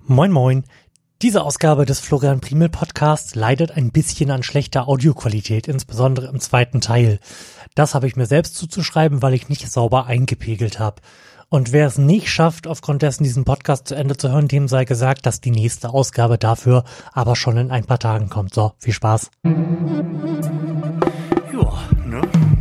Moin moin. Diese Ausgabe des Florian Primel Podcasts leidet ein bisschen an schlechter Audioqualität, insbesondere im zweiten Teil. Das habe ich mir selbst zuzuschreiben, weil ich nicht sauber eingepegelt habe. Und wer es nicht schafft, aufgrund dessen diesen Podcast zu Ende zu hören, dem sei gesagt, dass die nächste Ausgabe dafür aber schon in ein paar Tagen kommt. So, viel Spaß. Ja, ne?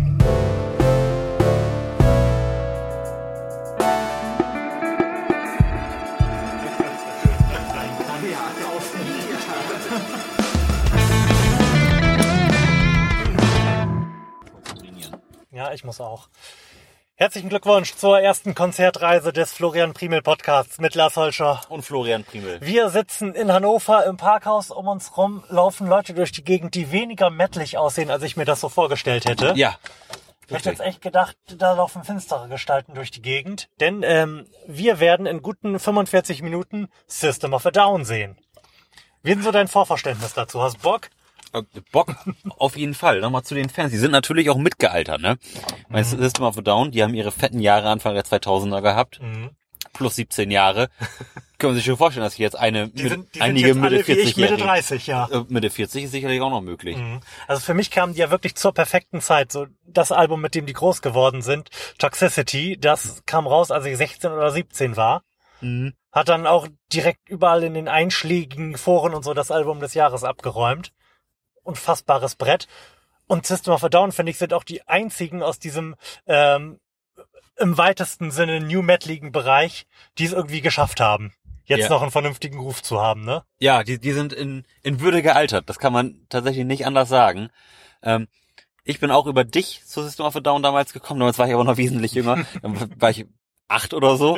Ja, ich muss auch. Herzlichen Glückwunsch zur ersten Konzertreise des Florian Primel Podcasts mit Lars Holscher Und Florian Primel. Wir sitzen in Hannover im Parkhaus, um uns rum laufen Leute durch die Gegend, die weniger mettlig aussehen, als ich mir das so vorgestellt hätte. Ja. Ich hätte jetzt echt gedacht, da laufen finstere Gestalten durch die Gegend, denn wir werden in guten 45 Minuten System of a Down sehen. Wie ist denn so dein Vorverständnis dazu? Hast Bock? Bock auf jeden Fall. Nochmal zu den Fans. Die sind natürlich auch mitgealtert, ne? Mein System of a Down, die haben ihre fetten Jahre Anfang der 2000er gehabt. Plus 17 Jahre. Können Sie sich schon vorstellen, dass jetzt einige jetzt Mitte 40 Mitte 30, ja. Mitte 40 ist sicherlich auch noch möglich. Also für mich kamen die ja wirklich zur perfekten Zeit. So das Album, mit dem die groß geworden sind, Toxicity, das kam raus, als ich 16 oder 17 war. Hat dann auch direkt überall in den einschlägigen Foren und so das Album des Jahres abgeräumt. Unfassbares Brett. Und System of a Down, finde ich, sind auch die einzigen aus diesem im weitesten Sinne New-Metaligen Bereich, die es irgendwie geschafft haben, jetzt noch einen vernünftigen Ruf zu haben, ne? Ja, die sind in Würde gealtert. Das kann man tatsächlich nicht anders sagen. Ich bin auch über dich zu System of a Down damals gekommen. Damals war ich aber noch wesentlich jünger. Dann war ich 8 oder so.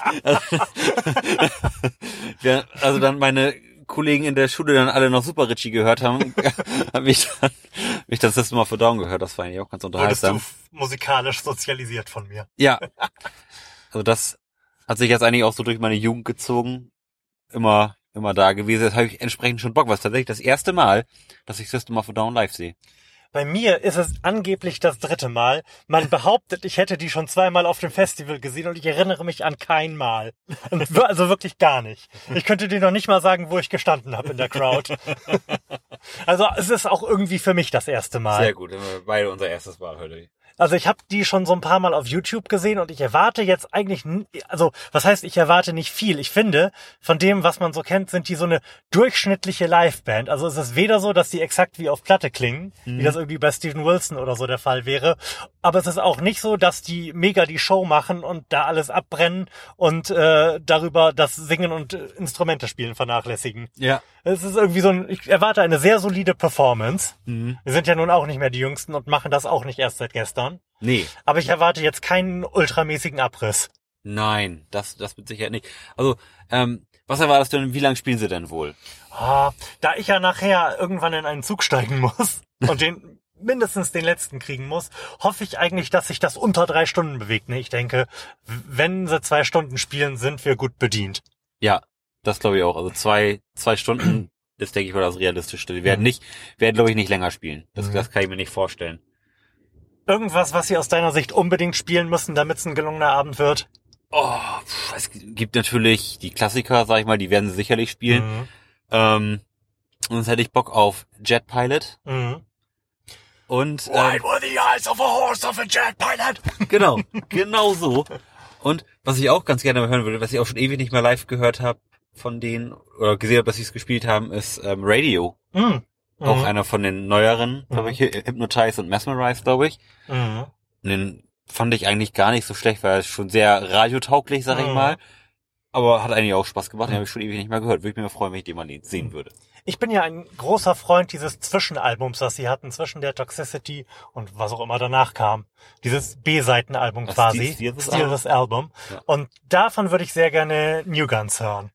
Ja, also dann meine Kollegen in der Schule dann alle noch Super Richie gehört haben, habe ich das System of a Down gehört. Das war eigentlich auch ganz unterhaltsam. Wurdest du musikalisch sozialisiert von mir? Ja. Also das hat sich jetzt eigentlich auch so durch meine Jugend gezogen. Immer da gewesen. Jetzt habe ich entsprechend schon Bock. Was tatsächlich das erste Mal, dass ich System of a Down live sehe. Bei mir ist es angeblich das 3. Mal. Man behauptet, ich hätte die schon 2-mal auf dem Festival gesehen und ich erinnere mich an kein Mal. Also wirklich gar nicht. Ich könnte dir noch nicht mal sagen, wo ich gestanden habe in der Crowd. Also es ist auch irgendwie für mich das erste Mal. Sehr gut, beide unser erstes Mal heute. Also ich habe die schon so ein paar Mal auf YouTube gesehen und ich erwarte jetzt eigentlich, also was heißt, ich erwarte nicht viel. Ich finde, von dem, was man so kennt, sind die so eine durchschnittliche Liveband. Also es ist weder so, dass die exakt wie auf Platte klingen, wie das irgendwie bei Steven Wilson oder so der Fall wäre, aber es ist auch nicht so, dass die mega die Show machen und da alles abbrennen und darüber das Singen und Instrumente spielen vernachlässigen. Ja. Es ist irgendwie so ich erwarte eine sehr solide Performance. Wir sind ja nun auch nicht mehr die Jüngsten und machen das auch nicht erst seit gestern. Nee. Aber ich erwarte jetzt keinen ultramäßigen Abriss. Nein, das mit Sicherheit nicht. Also, was erwartest du denn, wie lange spielen sie denn wohl? Da ich ja nachher irgendwann in einen Zug steigen muss und mindestens den letzten kriegen muss, hoffe ich eigentlich, dass sich das unter 3 Stunden bewegt. Ne? Ich denke, wenn sie 2 Stunden spielen, sind wir gut bedient. Ja, das glaube ich auch. Also 2 Stunden ist, denke ich mal, das Realistischste. Die werden glaube ich, nicht länger spielen. Das kann ich mir nicht vorstellen. Irgendwas, was sie aus deiner Sicht unbedingt spielen müssen, damit es ein gelungener Abend wird? Es gibt natürlich die Klassiker, sag ich mal, die werden sie sicherlich spielen. Und sonst hätte ich Bock auf Jet Pilot. Und Wide were the eyes of a horse of a jet pilot. Genau so. Und was ich auch ganz gerne hören würde, was ich auch schon ewig nicht mehr live gehört habe von denen, oder gesehen habe, dass sie es gespielt haben, ist Radio. Auch einer von den neueren, glaube ich, Hypnotize und Mesmerize, glaube ich. Und den fand ich eigentlich gar nicht so schlecht, weil er ist schon sehr radiotauglich, sag ich mal. Aber hat eigentlich auch Spaß gemacht, den habe ich schon ewig nicht mehr gehört. Würde ich mir freuen, wenn ich den mal sehen würde. Ich bin ja ein großer Freund dieses Zwischenalbums, das sie hatten, zwischen der Toxicity und was auch immer danach kam. Dieses B-Seitenalbum quasi. Steal This Album. Ja. Und davon würde ich sehr gerne New Guns hören.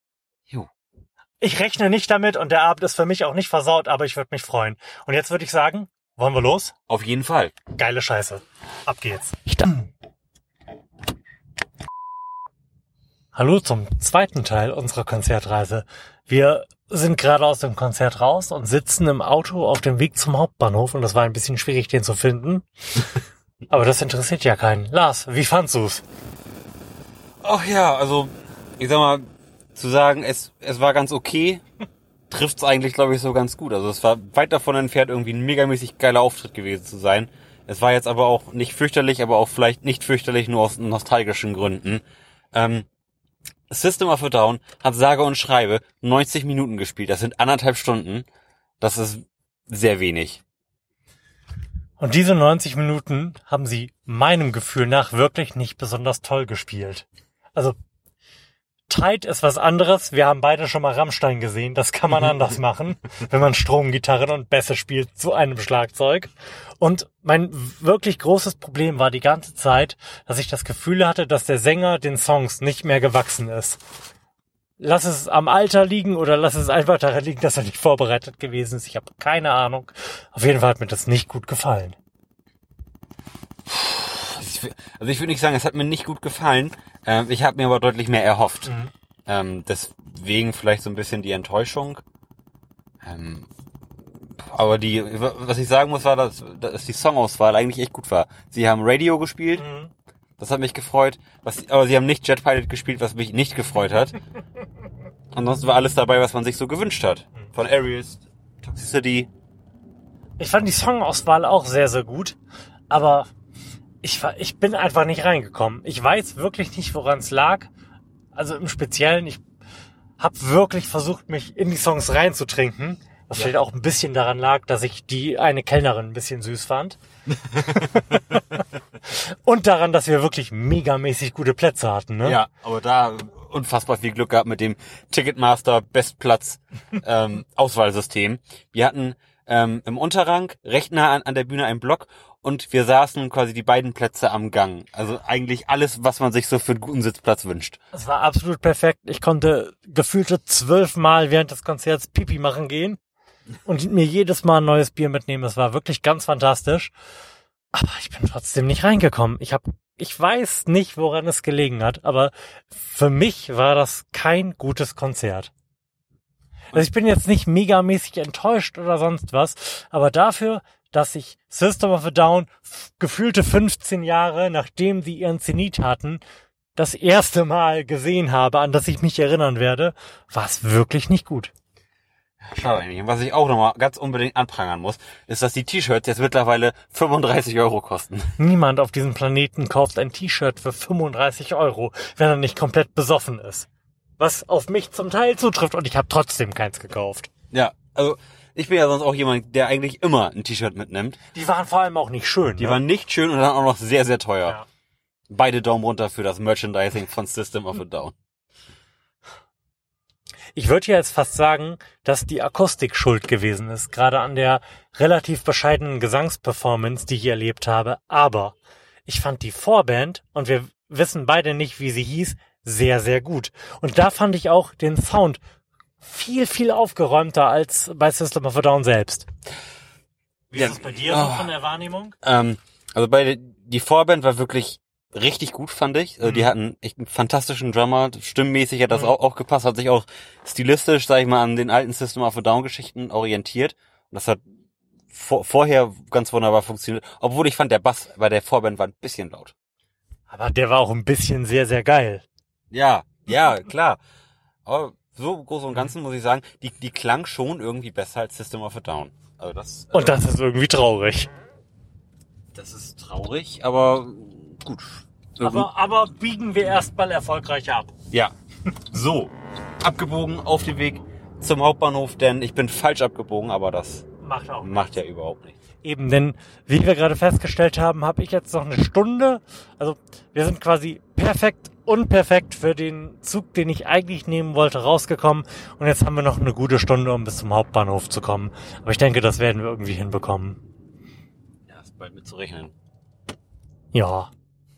Ich rechne nicht damit und der Abend ist für mich auch nicht versaut, aber ich würde mich freuen. Und jetzt würde ich sagen, wollen wir los? Auf jeden Fall. Geile Scheiße. Ab geht's. Hallo zum zweiten Teil unserer Konzertreise. Wir sind gerade aus dem Konzert raus und sitzen im Auto auf dem Weg zum Hauptbahnhof und das war ein bisschen schwierig, den zu finden. Aber das interessiert ja keinen. Lars, wie fandst du's? Ach ja, also ich sag mal, zu sagen, es war ganz okay, trifft's eigentlich, glaube ich, so ganz gut. Also es war weit davon entfernt, irgendwie ein megamäßig geiler Auftritt gewesen zu sein. Es war jetzt aber auch nicht fürchterlich, aber auch vielleicht nicht fürchterlich, nur aus nostalgischen Gründen. System of a Down hat sage und schreibe 90 Minuten gespielt. Das sind 1,5 Stunden. Das ist sehr wenig. Und diese 90 Minuten haben sie meinem Gefühl nach wirklich nicht besonders toll gespielt. Also, Tight ist was anderes. Wir haben beide schon mal Rammstein gesehen. Das kann man anders machen, wenn man Stromgitarren und Bässe spielt zu einem Schlagzeug. Und mein wirklich großes Problem war die ganze Zeit, dass ich das Gefühl hatte, dass der Sänger den Songs nicht mehr gewachsen ist. Lass es am Alter liegen oder lass es einfach daran liegen, dass er nicht vorbereitet gewesen ist. Ich habe keine Ahnung. Auf jeden Fall hat mir das nicht gut gefallen. Also ich würde nicht sagen, es hat mir nicht gut gefallen. Ich habe mir aber deutlich mehr erhofft. Deswegen vielleicht so ein bisschen die Enttäuschung. Aber was ich sagen muss, war, dass die Songauswahl eigentlich echt gut war. Sie haben Radio gespielt. Das hat mich gefreut. Aber sie haben nicht Jet Pilot gespielt, was mich nicht gefreut hat. Ansonsten war alles dabei, was man sich so gewünscht hat. Von Aries, Toxicity. Ich fand die Songauswahl auch sehr, sehr gut. Aber ich bin einfach nicht reingekommen. Ich weiß wirklich nicht, woran es lag. Also im Speziellen, ich habe wirklich versucht, mich in die Songs reinzutrinken. Was vielleicht auch ein bisschen daran lag, dass ich die eine Kellnerin ein bisschen süß fand. Und daran, dass wir wirklich megamäßig gute Plätze hatten. Ne? Ja, aber da unfassbar viel Glück gehabt mit dem Ticketmaster Bestplatz Auswahlsystem. Wir hatten im Unterrang recht nah an der Bühne einen Block und wir saßen quasi die beiden Plätze am Gang. Also eigentlich alles, was man sich so für einen guten Sitzplatz wünscht. Es war absolut perfekt. Ich konnte gefühlte 12 Mal während des Konzerts Pipi machen gehen und mir jedes Mal ein neues Bier mitnehmen. Es war wirklich ganz fantastisch. Aber ich bin trotzdem nicht reingekommen. Ich weiß nicht, woran es gelegen hat, aber für mich war das kein gutes Konzert. Also ich bin jetzt nicht megamäßig enttäuscht oder sonst was, aber dafür, dass ich System of a Down gefühlte 15 Jahre, nachdem sie ihren Zenit hatten, das erste Mal gesehen habe, an das ich mich erinnern werde, war es wirklich nicht gut. Schade eigentlich. Und was ich auch nochmal ganz unbedingt anprangern muss, ist, dass die T-Shirts jetzt mittlerweile 35 € kosten. Niemand auf diesem Planeten kauft ein T-Shirt für 35 €, wenn er nicht komplett besoffen ist. Was auf mich zum Teil zutrifft und ich habe trotzdem keins gekauft. Ja, also ich bin ja sonst auch jemand, der eigentlich immer ein T-Shirt mitnimmt. Die waren vor allem auch nicht schön. Die waren nicht schön und dann auch noch sehr, sehr teuer. Ja. Beide Daumen runter für das Merchandising von System of a Down. Ich würde ja jetzt fast sagen, dass die Akustik schuld gewesen ist, gerade an der relativ bescheidenen Gesangsperformance, die ich erlebt habe. Aber ich fand die Vorband, und wir wissen beide nicht, wie sie hieß, sehr, sehr gut. Und da fand ich auch den Sound viel, viel aufgeräumter als bei System of a Down selbst. Wie ist es bei dir so von der Wahrnehmung? Also die Vorband war wirklich richtig gut, fand ich. Also die hatten echt einen fantastischen Drummer. Stimmmäßig hat das auch gepasst, hat sich auch stilistisch, sag ich mal, an den alten System of a Down Geschichten orientiert. Und das hat vorher ganz wunderbar funktioniert. Obwohl ich fand, der Bass bei der Vorband war ein bisschen laut. Aber der war auch ein bisschen sehr, sehr geil. Ja, klar. Aber so im Großen und Ganzen muss ich sagen, die klang schon irgendwie besser als System of a Down. Also das ist irgendwie traurig. Das ist traurig, aber gut. Aber biegen wir erstmal erfolgreich ab. Ja. So. Abgebogen auf dem Weg zum Hauptbahnhof, denn ich bin falsch abgebogen, aber das macht ja überhaupt nichts. Eben, denn wie wir gerade festgestellt haben, habe ich jetzt noch eine Stunde. Also wir sind quasi perfekt, unperfekt für den Zug, den ich eigentlich nehmen wollte, rausgekommen. Und jetzt haben wir noch eine gute Stunde, um bis zum Hauptbahnhof zu kommen. Aber ich denke, das werden wir irgendwie hinbekommen. Ja, ist bald mit zu rechnen. Ja.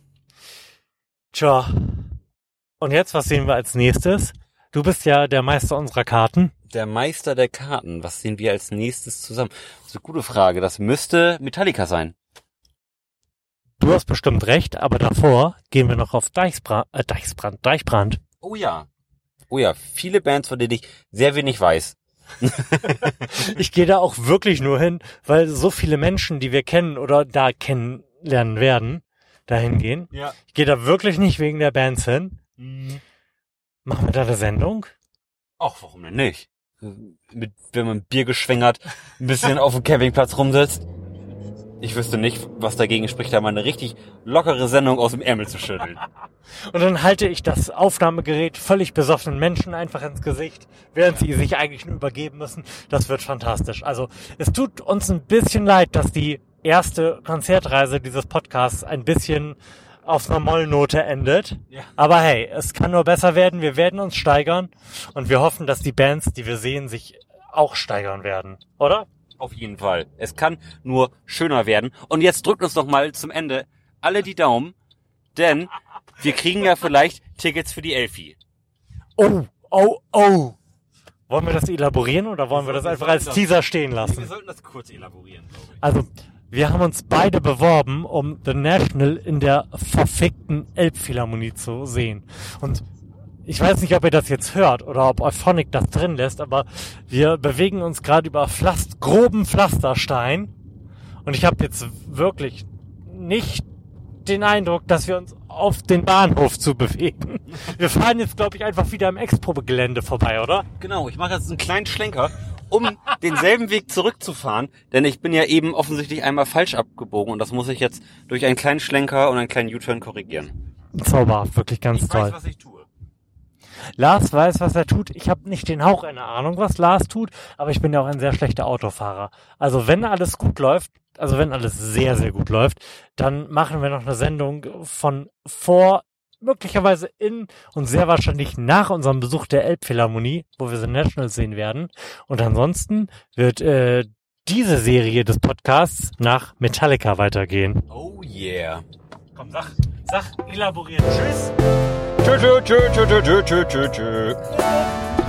Tja. Und jetzt, was sehen wir als nächstes? Du bist ja der Meister unserer Karten. Der Meister der Karten. Was sehen wir als nächstes zusammen? Das ist eine gute Frage. Das müsste Metallica sein. Du hast bestimmt recht, aber davor gehen wir noch auf Deichbrand. Oh ja. Viele Bands, von denen ich sehr wenig weiß. Ich gehe da auch wirklich nur hin, weil so viele Menschen, die wir kennen oder da kennenlernen werden, dahin gehen. Ja. Ich gehe da wirklich nicht wegen der Bands hin. Machen wir da eine Sendung? Ach, warum denn nicht? Wenn man Bier geschwängert, ein bisschen auf dem Campingplatz rumsitzt. Ich wüsste nicht, was dagegen spricht, da mal eine richtig lockere Sendung aus dem Ärmel zu schütteln. Und dann halte ich das Aufnahmegerät völlig besoffenen Menschen einfach ins Gesicht, während sie sich eigentlich nur übergeben müssen. Das wird fantastisch. Also es tut uns ein bisschen leid, dass die erste Konzertreise dieses Podcasts ein bisschen auf einer Mollnote endet. Ja. Aber hey, es kann nur besser werden. Wir werden uns steigern und wir hoffen, dass die Bands, die wir sehen, sich auch steigern werden. Oder? Auf jeden Fall. Es kann nur schöner werden. Und jetzt drückt uns noch mal zum Ende alle die Daumen, denn wir kriegen ja vielleicht Tickets für die Elfi. Oh. Wollen wir das elaborieren oder wollen wir das einfach als Teaser stehen lassen? Wir sollten das kurz elaborieren, glaube ich. Also, wir haben uns beide beworben, um The National in der verfickten Elbphilharmonie zu sehen. Und ich weiß nicht, ob ihr das jetzt hört oder ob Euphonic das drin lässt, aber wir bewegen uns gerade über groben Pflasterstein. Und ich habe jetzt wirklich nicht den Eindruck, dass wir uns auf den Bahnhof zu bewegen. Wir fahren jetzt, glaube ich, einfach wieder am Expo-Gelände vorbei, oder? Genau, ich mache jetzt einen kleinen Schlenker, um denselben Weg zurückzufahren, denn ich bin ja eben offensichtlich einmal falsch abgebogen und das muss ich jetzt durch einen kleinen Schlenker und einen kleinen U-Turn korrigieren. Zauberhaft, wirklich ganz toll. Ich weiß, was ich tue. Lars weiß, was er tut. Ich habe nicht den Hauch einer Ahnung, was Lars tut, aber ich bin ja auch ein sehr schlechter Autofahrer. Also wenn alles gut läuft, also wenn alles sehr, sehr gut läuft, dann machen wir noch eine Sendung von vor, möglicherweise in und sehr wahrscheinlich nach unserem Besuch der Elbphilharmonie, wo wir The National sehen werden. Und ansonsten wird diese Serie des Podcasts nach Metallica weitergehen. Oh yeah. Komm, sag, elaboriert. Tschüss. Tschüss.